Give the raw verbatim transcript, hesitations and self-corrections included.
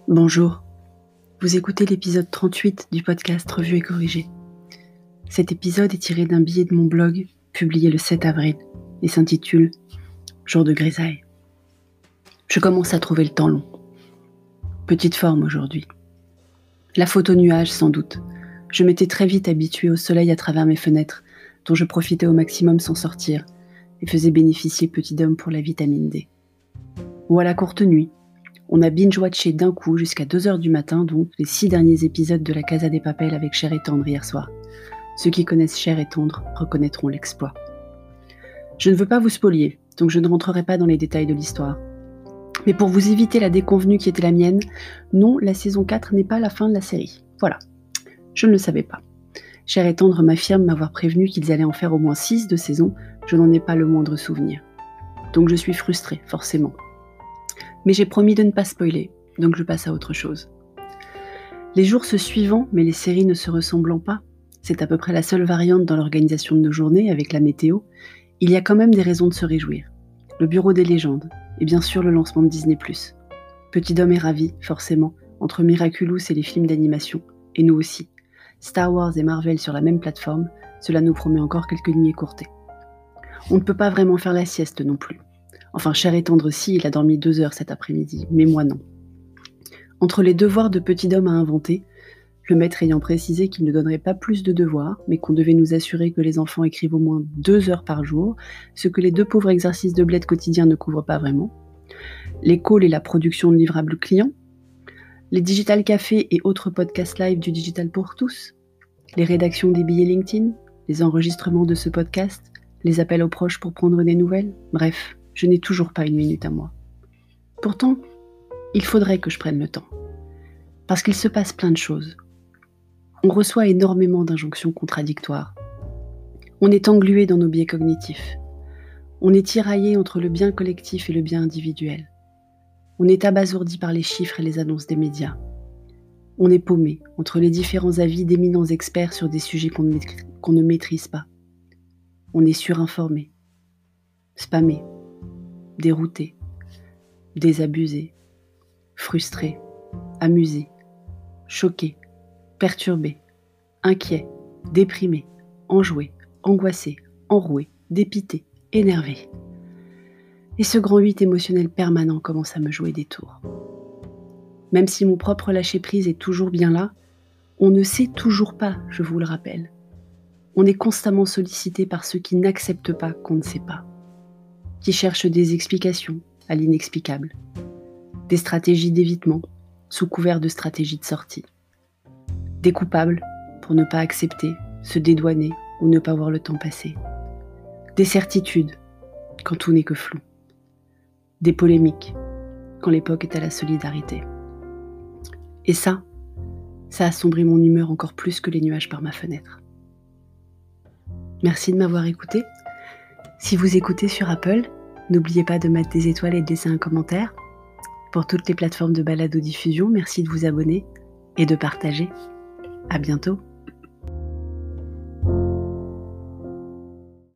Bonjour, vous écoutez l'épisode trente-huit du podcast Revue et Corrigé. Cet épisode est tiré d'un billet de mon blog, publié le sept avril, et s'intitule « Jour de grisaille ». Je commence à trouver le temps long. Petite forme aujourd'hui. La photo nuage sans doute. Je m'étais très vite habituée au soleil à travers mes fenêtres, dont je profitais au maximum sans sortir, et faisais bénéficier Petit Homme pour la vitamine D. Ou à la courte nuit. On a binge-watché d'un coup jusqu'à deux heures du matin, donc les six derniers épisodes de La Casa des Papel avec Cher et Tendre hier soir. Ceux qui connaissent Cher et Tendre reconnaîtront l'exploit. Je ne veux pas vous spolier, donc je ne rentrerai pas dans les détails de l'histoire. Mais pour vous éviter la déconvenue qui était la mienne, non, la saison quatre n'est pas la fin de la série. Voilà, je ne le savais pas. Cher et Tendre m'affirme m'avoir prévenu qu'ils allaient en faire au moins six de saison, je n'en ai pas le moindre souvenir. Donc je suis frustrée, forcément. Mais j'ai promis de ne pas spoiler, donc je passe à autre chose. Les jours se suivant, mais les séries ne se ressemblant pas, c'est à peu près la seule variante dans l'organisation de nos journées avec la météo, il y a quand même des raisons de se réjouir. Le bureau des légendes, et bien sûr le lancement de Disney plus. Petit Homme est ravi, forcément, entre Miraculous et les films d'animation, et nous aussi. Star Wars et Marvel sur la même plateforme, cela nous promet encore quelques nuits écourtées. On ne peut pas vraiment faire la sieste non plus. Enfin, Cher et Tendre si, il a dormi deux heures cet après-midi, mais moi non. Entre les devoirs de Petit Homme à inventer, le maître ayant précisé qu'il ne donnerait pas plus de devoirs, mais qu'on devait nous assurer que les enfants écrivent au moins deux heures par jour, ce que les deux pauvres exercices de bled quotidiens ne couvrent pas vraiment, les calls et la production de livrables clients, les digital cafés et autres podcasts live du Digital pour tous, les rédactions des billets LinkedIn, les enregistrements de ce podcast, les appels aux proches pour prendre des nouvelles, bref, je n'ai toujours pas une minute à moi. Pourtant, il faudrait que je prenne le temps. Parce qu'il se passe plein de choses. On reçoit énormément d'injonctions contradictoires. On est englué dans nos biais cognitifs. On est tiraillé entre le bien collectif et le bien individuel. On est abasourdi par les chiffres et les annonces des médias. On est paumé entre les différents avis d'éminents experts sur des sujets qu'on ne, maîtrise, qu'on ne maîtrise pas. On est surinformé, spammé, dérouté, désabusé, frustré, amusé, choqué, perturbé, inquiet, déprimé, enjoué, angoissé, enroué, dépité, énervé. Et ce grand huit émotionnel permanent commence à me jouer des tours. Même si mon propre lâcher-prise est toujours bien là, on ne sait toujours pas, je vous le rappelle. On est constamment sollicité par ceux qui n'acceptent pas qu'on ne sait pas, qui cherchent des explications à l'inexplicable, des stratégies d'évitement sous couvert de stratégies de sortie, des coupables pour ne pas accepter, se dédouaner ou ne pas voir le temps passer, des certitudes quand tout n'est que flou, des polémiques quand l'époque est à la solidarité. Et ça, ça assombrit mon humeur encore plus que les nuages par ma fenêtre. Merci de m'avoir écouté. Si vous écoutez sur Apple, n'oubliez pas de mettre des étoiles et de laisser un commentaire. Pour toutes les plateformes de balado-diffusion, merci de vous abonner et de partager. À bientôt.